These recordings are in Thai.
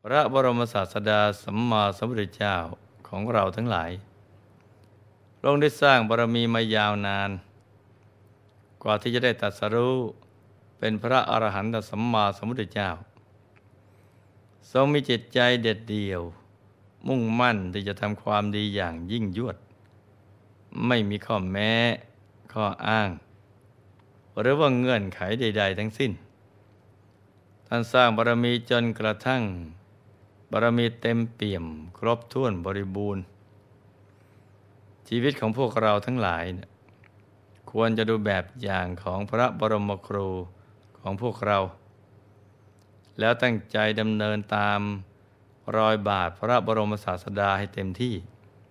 ระบรมศาสดาสัมมาสัมพุทธเจ้าของเราทั้งหลายพระองค์ได้สร้างบารมีมายาวนานกว่าที่จะได้ตรัสรู้เป็นพระอรหันตสัมมาสัมพุทธเจ้าทรงมีจิตใจเด็ดเดี่ยวมุ่งมั่นที่จะทำความดีอย่างยิ่งยวดไม่มีข้อแม้ข้ออ้างหรือว่าเงื่อนไขใดๆทั้งสิ้นท่านสร้างบารมีจนกระทั่งบารมีเต็มเปี่ยมครบถ้วนบริบูรณ์ชีวิตของพวกเราทั้งหลายเนี่ยควรจะดูแบบอย่างของพระบรมครูของพวกเราแล้วตั้งใจดำเนินตามรอยบาทพระบรมศาสดาให้เต็มที่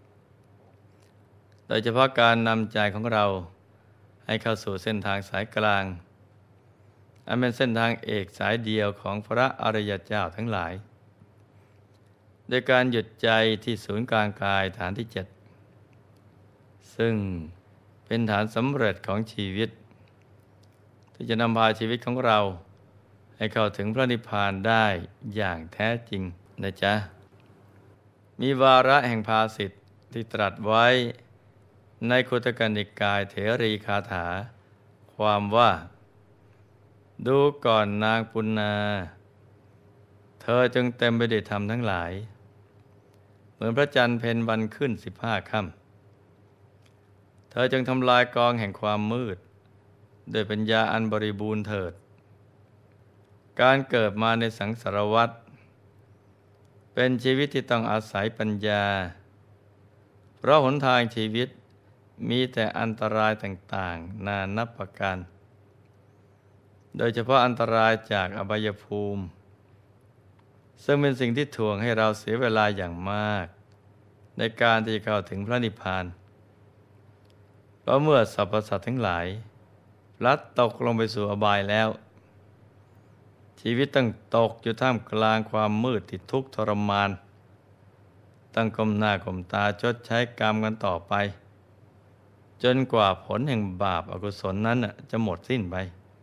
โดยเฉพาะการนำใจของเราให้เข้าสู่เส้นทางสายกลางอันเป็นเส้นทางเอกสายเดียวของพระอริยเจ้าทั้งหลายโดยการหยุดใจที่ศูนย์กลางกายฐานที่ 7ซึ่งเป็นฐานสำเร็จของชีวิตที่จะนำพาชีวิตของเราให้เข้าถึงพระนิพพานได้อย่างแท้จริงนะจ๊ะมีวาระแห่งภาษิตที่ตรัสไว้ในคุตกนิกายเถรีคาถาความว่าดูก่อนนางปุณณาเธอจงเต็มไปด้วยธรรมทั้งหลายเหมือนพระจันทร์เพ็ญวันขึ้น15 ค่ำเธอจงทำลายกองแห่งความมืดด้วยปัญญาอันบริบูรณ์เถิดการเกิดมาในสังสารวัฏเป็นชีวิตที่ต้องอาศัยปัญญาเพราะหนทางชีวิตมีแต่อันตรายต่างๆนานับประการโดยเฉพาะอันตรายจากอบายภูมิซึ่งเป็นสิ่งที่ถ่วงให้เราเสียเวลาอย่างมากในการที่จะเข้าถึงพระนิพพานเพราะเมื่อสรรพสัตว์ทั้งหลายพลัดตกลงไปสู่อบายแล้วชีวิตต้องตกอยู่ท่ามกลางความมืดที่ทุกข์ทรมานต้องก้มหน้าก้มตาชดใช้กรรมกันต่อไปจนกว่าผลแห่งบาปอกุศลนั้นจะหมดสิ้นไป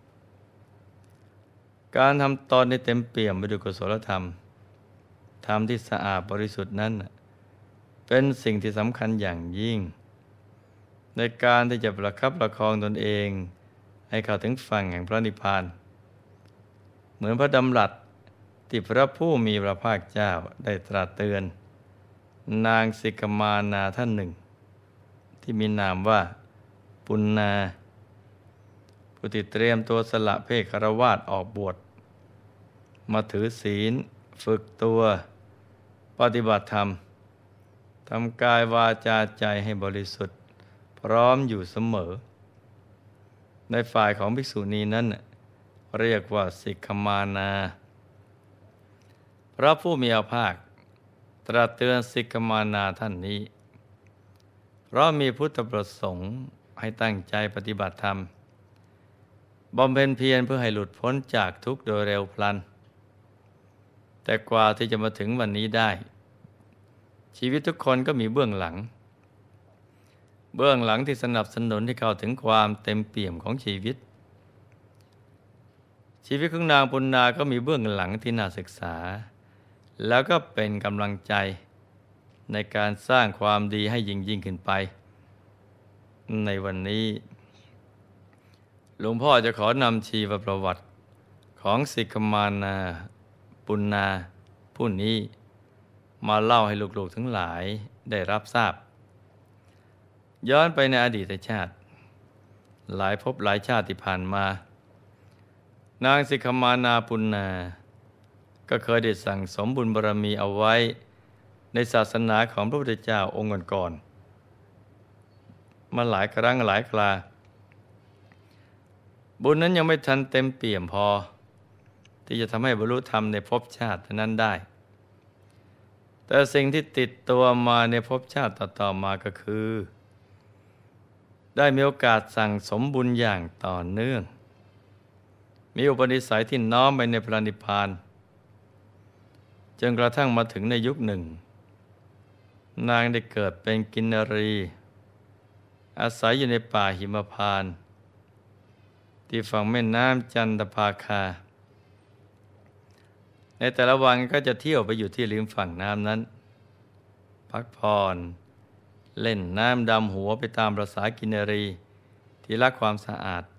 การทำตนให้เต็มเปี่ยมไปด้วยกุศลธรรมธรรมที่สะอาดบริสุทธิ์นั้นเป็นสิ่งที่สำคัญอย่างยิ่งในการที่จะประคับประคองตนเองให้เข้าถึงฝั่งแห่งพระนิพพานเหมือนพระดำรัสที่พระผู้มีพระภาคเจ้าได้ตรัสเตือนนางสิกขมานาท่านหนึ่งที่มีนามว่าปุณณาผู้ที่เตรียมตัวสละเพศคฤหัสถ์ออกบวชมาถือศีลฝึกตัวปฏิบัติธรรมทำกายวาจาใจให้บริสุทธิ์พร้อมอยู่เสมอในฝ่ายของภิกษุณีนั้นเรียกว่าสิกขมานาพระผู้มีพระภาคตรัสเตือนสิกขมานาท่านนี้เพราะมีพุทธประสงค์ให้ตั้งใจปฏิบัติธรรมบำเพ็ญเพียรเพื่อให้หลุดพ้นจากทุกข์โดยเร็วพลันแต่กว่าที่จะมาถึงวันนี้ได้ชีวิตทุกคนก็มีเบื้องหลังที่สนับสนุนให้เข้าถึงความเต็มเปี่ยมของชีวิตของนางปุณณาก็มีเบื้องหลังที่น่าศึกษาแล้วก็เป็นกำลังใจในการสร้างความดีให้ยิ่งขึ้นไปในวันนี้หลวงพ่อจะขอนำชีวประวัติของสิกขมานาปุณณาผู้นี้มาเล่าให้ลูกๆทั้งหลายได้รับทราบย้อนไปในอดีตชาติหลายภพหลายชาติที่ผ่านมานางสิกขมานาปุณณาก็เคยได้สั่งสมบุญบารมีเอาไว้ในศาสนาของพระพุทธเจ้าองค์ก่อนๆมาหลายครั้งหลายคราบุญนั้นยังไม่ทันเต็มเปี่ยมพอที่จะทำให้บรรลุธรรมในภพชาตินั้นได้แต่สิ่งที่ติดตัวมาในภพชาติต่อๆมาก็คือได้มีโอกาสสั่งสมบุญอย่างต่อเนื่องมีอุปนิสัยที่น้อมไปในพระนิพพานจนกระทั่งมาถึงในยุคหนึ่งนางได้เกิดเป็นกินนรีอาศัยอยู่ในป่าหิมพานต์ที่ฝั่งแม่น้ำจันทภาคาในแต่ละวันก็จะเที่ยวไปอยู่ที่ริมฝั่งน้ำนั้นพักผ่อนเล่นน้ำดำหัวไปตามประสากินรีที่รักความสะอาด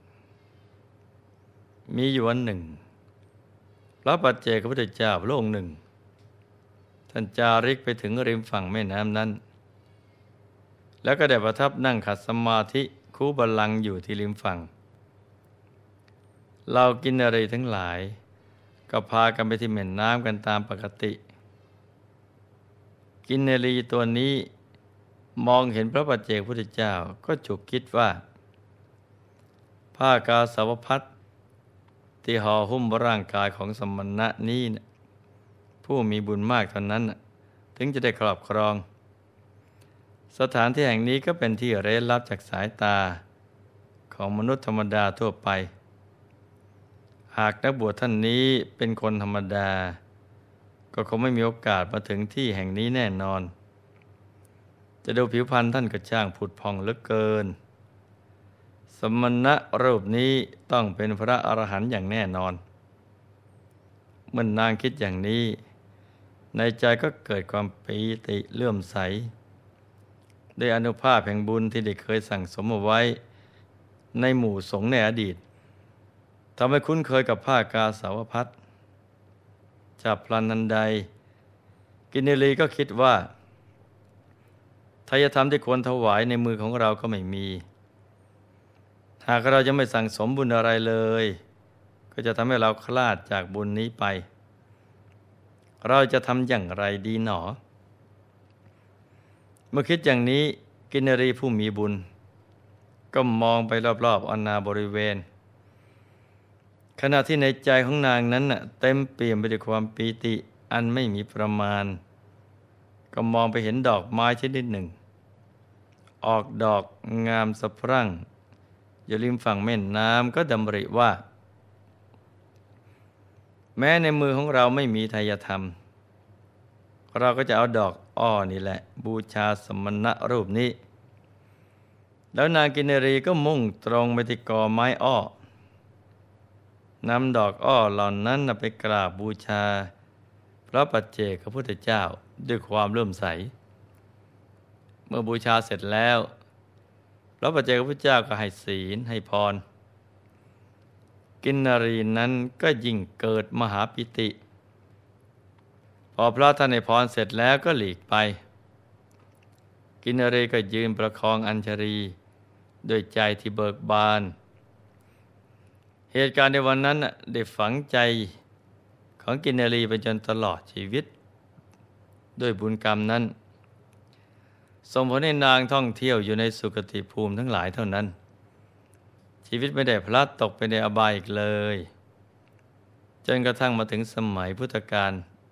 มีอยู่วันหนึ่งพระปัจเจกพุทธเจ้าพระองค์หนึ่งท่านจาริกไปถึงริมฝั่งแม่น้ำนั้นแล้วก็ได้ประทับนั่งขัดสมาธิคูบัลลังก์อยู่ที่ริมฝั่งเรากินรีทั้งหลายก็พากันไปที่แม่น้ำกันตามปกติกินรีตัวนี้มองเห็นพระปัจเจกพุทธเจ้าก็ฉุกคิดว่าผ้ากาสาวพัสที่ห่อหุ้มร่างกายของสมณะนี้นะผู้มีบุญมากเท่านั้นถึงจะได้ครอบครองสถานที่แห่งนี้ก็เป็นที่เร้นลับจากสายตาของมนุษย์ธรรมดาทั่วไปหากนักบวชท่านนี้เป็นคนธรรมดาก็คงไม่มีโอกาสมาถึงที่แห่งนี้แน่นอนจะดูผิวพรรณท่านก็ช่างผุดผ่องเหลือเกินสมณะรูปนี้ต้องเป็นพระอรหันต์อย่างแน่นอนเมื่อนางคิดอย่างนี้ในใจก็เกิดความปีติเลื่อมใสด้วยอานุภาพแห่งบุญที่ได้เคยสั่งสมเอาไว้ในหมู่สงฆ์ในอดีตทำให้คุ้นเคยกับผ้ากาสาวพัสจับพลันนันใดกินรีก็คิดว่าทายธรรมที่ควรถวายในมือของเราก็ไม่มีหากเราจะไม่สั่งสมบุญอะไรเลยก็จะทำให้เราคลาดจากบุญนี้ไปเราจะทำอย่างไรดีหนอเมื่อคิดอย่างนี้กินรีผู้มีบุญก็มองไปรอบๆอาณาบริเวณขณะที่ในใจของนางนั้นเต็มเปี่ยมไปด้วยความปีติอันไม่มีประมาณก็มองไปเห็นดอกไม้ชนิดหนึ่งออกดอกงามสะพรั่งอยู่ริมฝั่งแม่น้ำก็ดำริว่าแม้ในมือของเราไม่มีไทยธรรมเราก็จะเอาดอกอ้อนี่แหละบูชาสมณะรูปนี้แล้วนางกินรีก็มุ่งตรงไปที่กอไม้อ้อนำดอกอ้อเหล่านั้นไปกราบบูชาพระปัจเจกพุทธเจ้าด้วยความเลื่อมใสเมื่อบูชาเสร็จแล้วพระปัจเจกพุทธเจ้าก็ให้ศีลให้พรกินรีนั้นก็ยิ่งเกิดมหาปิติพอพระท่านให้พรเสร็จแล้วก็หลีกไปกินรีก็ยืนประคองอัญชลีด้วยใจที่เบิกบานเหตุการณ์ในวันนั้นได้ฝังใจของกินรีไปจนตลอดชีวิตด้วยบุญกรรมนั้นส่งผลให้นางท่องเที่ยวอยู่ในสุคติภูมิทั้งหลายเท่านั้นชีวิตไม่ได้พลัดตกไปในอบายอีกเลยจนกระทั่งมาถึงสมัยพุทธกาล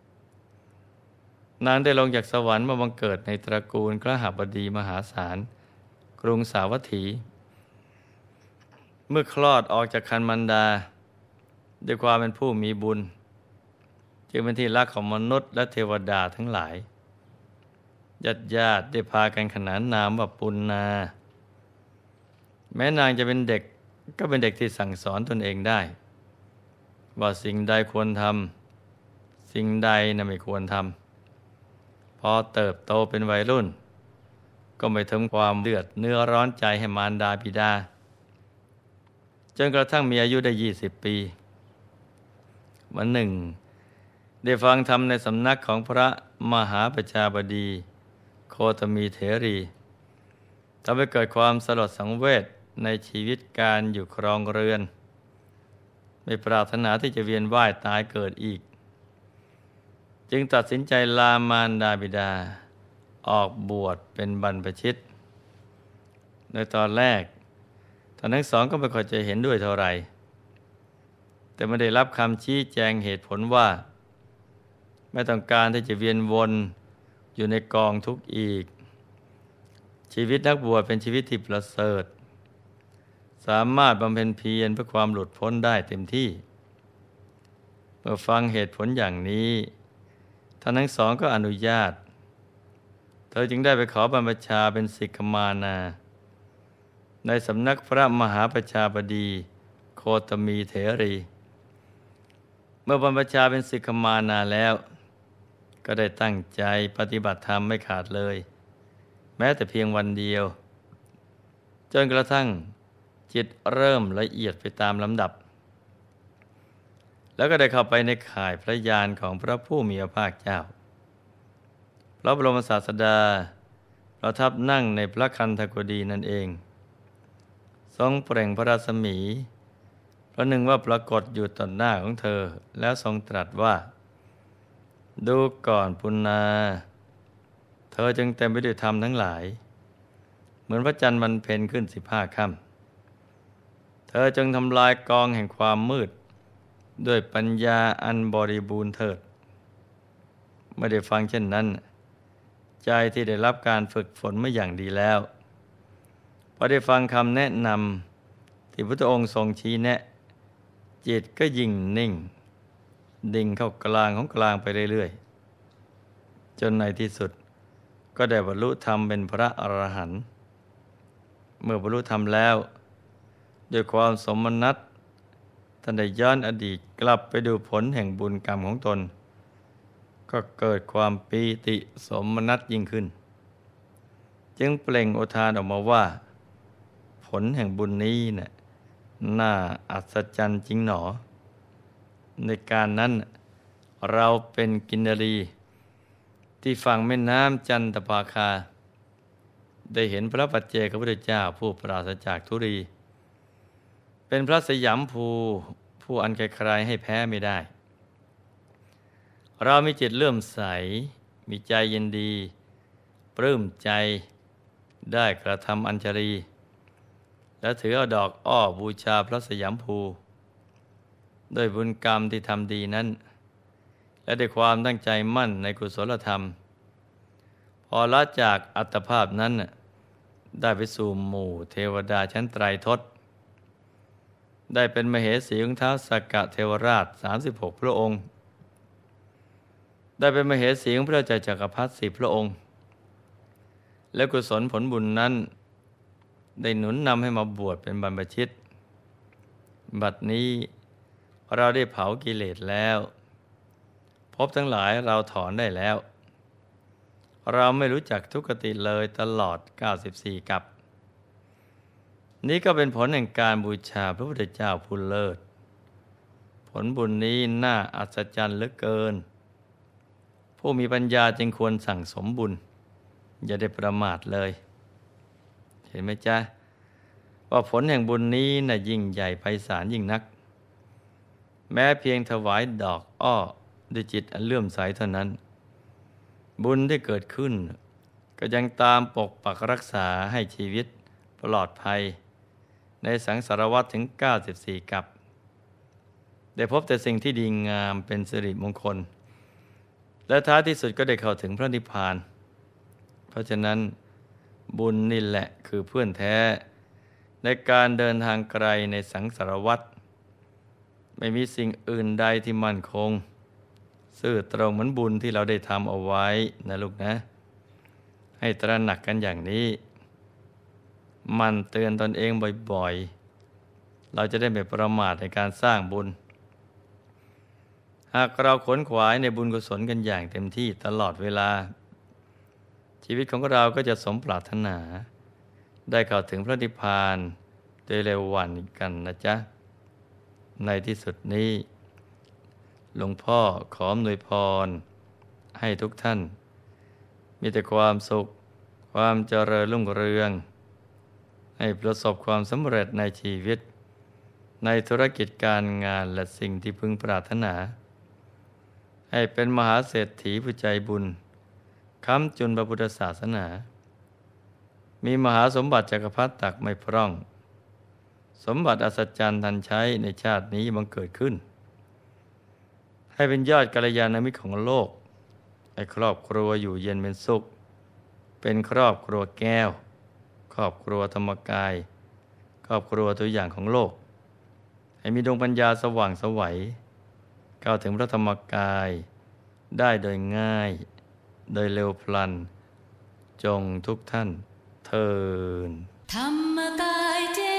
นางได้ลงจากสวรรค์มาบังเกิดในตระกูลคฤหบดีมหาศาลกรุงสาวัตถีเมื่อคลอดออกจากครรภ์มารดาด้วยความเป็นผู้มีบุญจึงเป็นที่รักของมนุษย์และเทวดาทั้งหลายญาติได้พากันขนานนามว่าปุณณาแม้นางจะเป็นเด็กก็เป็นเด็กที่สั่งสอนตนเองได้ว่าสิ่งใดควรทำสิ่งใดไม่ควรทำพอเติบโตเป็นวัยรุ่นก็ไม่ทำความเดือดเนื้อร้อนใจให้มารดาบิดาจนกระทั่งมีอายุได้20 ปีวันหนึ่งได้ฟังธรรมในสำนักของพระมหาประชาบดีโคตมีเถรีทำให้เกิดความสลดสังเวชในชีวิตการอยู่ครองเรือนไม่ปรารถนาที่จะเวียนว่ายตายเกิดอีกจึงตัดสินใจลามารดาบิดาออกบวชเป็นบรรพชิตในตอนแรกท่านทั้งสองก็ไม่ค่อยจะเห็นด้วยเท่าไหร่แต่ไม่ได้รับคำชี้แจงเหตุผลว่าไม่ต้องการที่จะเวียนวนอยู่ในกองทุกข์อีกชีวิตนักบวชเป็นชีวิตที่ประเสริฐสามารถบำเพ็ญเพียรเพื่อความหลุดพ้นได้เต็มที่เมื่อฟังเหตุผลอย่างนี้ท่านทั้งสองก็อนุญาตเธอจึงได้ไปขอบรรพชาเป็นสิกขมานาในสำนักพระมหาประชาบดีโคตมีเถรีเมื่อบรรพชาเป็นศิกขมานานแล้วก็ได้ตั้งใจปฏิบัติธรรมไม่ขาดเลยแม้แต่เพียงวันเดียวจนกระทั่งจิตเริ่มละเอียดไปตามลำดับแล้วก็ได้เข้าไปในข่ายพระญาณของพระผู้มีพระภาคเจ้าพระบรมศาสดาประทับนั่งในพระคันธกุฎีนั่นเองทรงเปล่งพระรัศมีประหนึ่งว่าปรากฏอยู่ต่อหน้าของเธอแล้วทรงตรัสว่าดูก่อนปุณณาเธอจึงเต็มไปด้วยธรรมทั้งหลายเหมือนพระจันทร์วันเพ็ญขึ้น15 ค่ำเธอจงทำลายกองแห่งความมืดด้วยปัญญาอันบริบูรณ์เถิดไม่ได้ฟังเช่นนั้นใจที่ได้รับการฝึกฝนมาอย่างดีแล้วพอได้ฟังคำแนะนำที่พระพุทธองค์ทรงชี้แนะจิตก็ยิ่งนิ่งดิ่งเข้ากลางของกลางไปเรื่อยๆจนในที่สุดก็ได้บรรลุธรรมเป็นพระอรหันต์เมื่อบรรลุธรรมแล้วด้วยความสมนัสท่านได้ย้อนอดีตกลับไปดูผลแห่งบุญกรรมของตนก็เกิดความปีติสมนัสยิ่งขึ้นจึงเปล่งอุทานออกมาว่าผลแห่งบุญนี้น่ะน่าอัศจรรย์จริงหนอในการนั้นเราเป็นกินรีที่ฝั่งแม่น้ำจันทภาคาได้เห็นพระปัจเจกพุทธเจ้าผู้ปราศจากทุรีเป็นพระสยามภูผู้อันใครๆให้แพ้ไม่ได้เรามีจิตเลื่อมใสมีใจยินดีปลื้มใจได้กระทำอัญชลีและถือเอาดอกอ้อบูชาพระสยามภูด้วยบุญกรรมที่ทำดีนั้นและด้วยความตั้งใจมั่นในกุศลธรรมพอละจากอัตภาพนั้นได้ไปสู่หมู่เทวดาชั้นไตรทศได้เป็นมเหสีของท้าวสักกะเทวราช36 พระองค์ได้เป็นมเหสีของพระเจ้าจักรพรรดิ10 พระองค์และกุศลผลบุญนั้นได้หนุนนำให้มาบวชเป็นบรรพชิตบัดนี้เราได้เผากิเลสแล้วภพทั้งหลายเราถอนได้แล้วเราไม่รู้จักทุกขติเลยตลอด94 กัปนี้ก็เป็นผลแห่งการบูชาพระพุทธเจ้าผู้เลิศผลบุญนี้น่าอัศจรรย์เหลือเกินผู้มีปัญญาจึงควรสั่งสมบุญอย่าได้ประมาทเลยเห็นไหมจ๊ะว่าผลแห่งบุญนี้น่ะยิ่งใหญ่ไพศาลยิ่งนักแม้เพียงถวายดอกอ้อด้วยจิตอันเลื่อมใสเท่านั้นบุญที่เกิดขึ้นก็ยังตามปกปักรักษาให้ชีวิตปลอดภัยในสังสารวัฏถึง94 กัปได้พบแต่สิ่งที่ดีงามเป็นสิริมงคลและท้ายที่สุดก็ได้เข้าถึงพระนิพพานเพราะฉะนั้นบุญนี่แหละคือเพื่อนแท้ในการเดินทางไกลในสังสารวัฏไม่มีสิ่งอื่นใดที่มั่นคงซื่อตรงเหมือนบุญที่เราได้ทำเอาไว้นะลูกนะให้ตระหนักกันอย่างนี้มันเตือนตนเองบ่อยๆเราจะได้ไม่ประมาทในการสร้างบุญหากเราขวนขวายในบุญกุศลกันอย่างเต็มที่ตลอดเวลาชีวิตของเราก็จะสมปรารถนาได้เข้าถึงพระนิพพานโดยเร็ววันกันนะจ๊ะในที่สุดนี้หลวงพ่อขออำนวยพรให้ทุกท่านมีแต่ความสุขความเจริญรุ่งเรืองให้ประสบความสำเร็จในชีวิตในธุรกิจการงานและสิ่งที่พึงปรารถนาให้เป็นมหาเศรษฐีผู้ใจบุญค้ำจุนพระพุทธศาสนามีมหาสมบัติจักรพรรดิตักไม่พร่องสมบัติอัศจรรย์ทันใช้ในชาตินี้บังเกิดขึ้นให้เป็นยอดกัลยาณมิตรของโลกให้ครอบครัวอยู่เย็นเป็นสุขเป็นครอบครัวแก้วครอบครัวธรรมกายครอบครัวตัวอย่างของโลกให้มีดวงปัญญาสว่างไสวเข้าถึงพระธรรมกายได้โดยง่ายโดยเร็วพลันจงทุกท่านเทอญธรรมกายเจ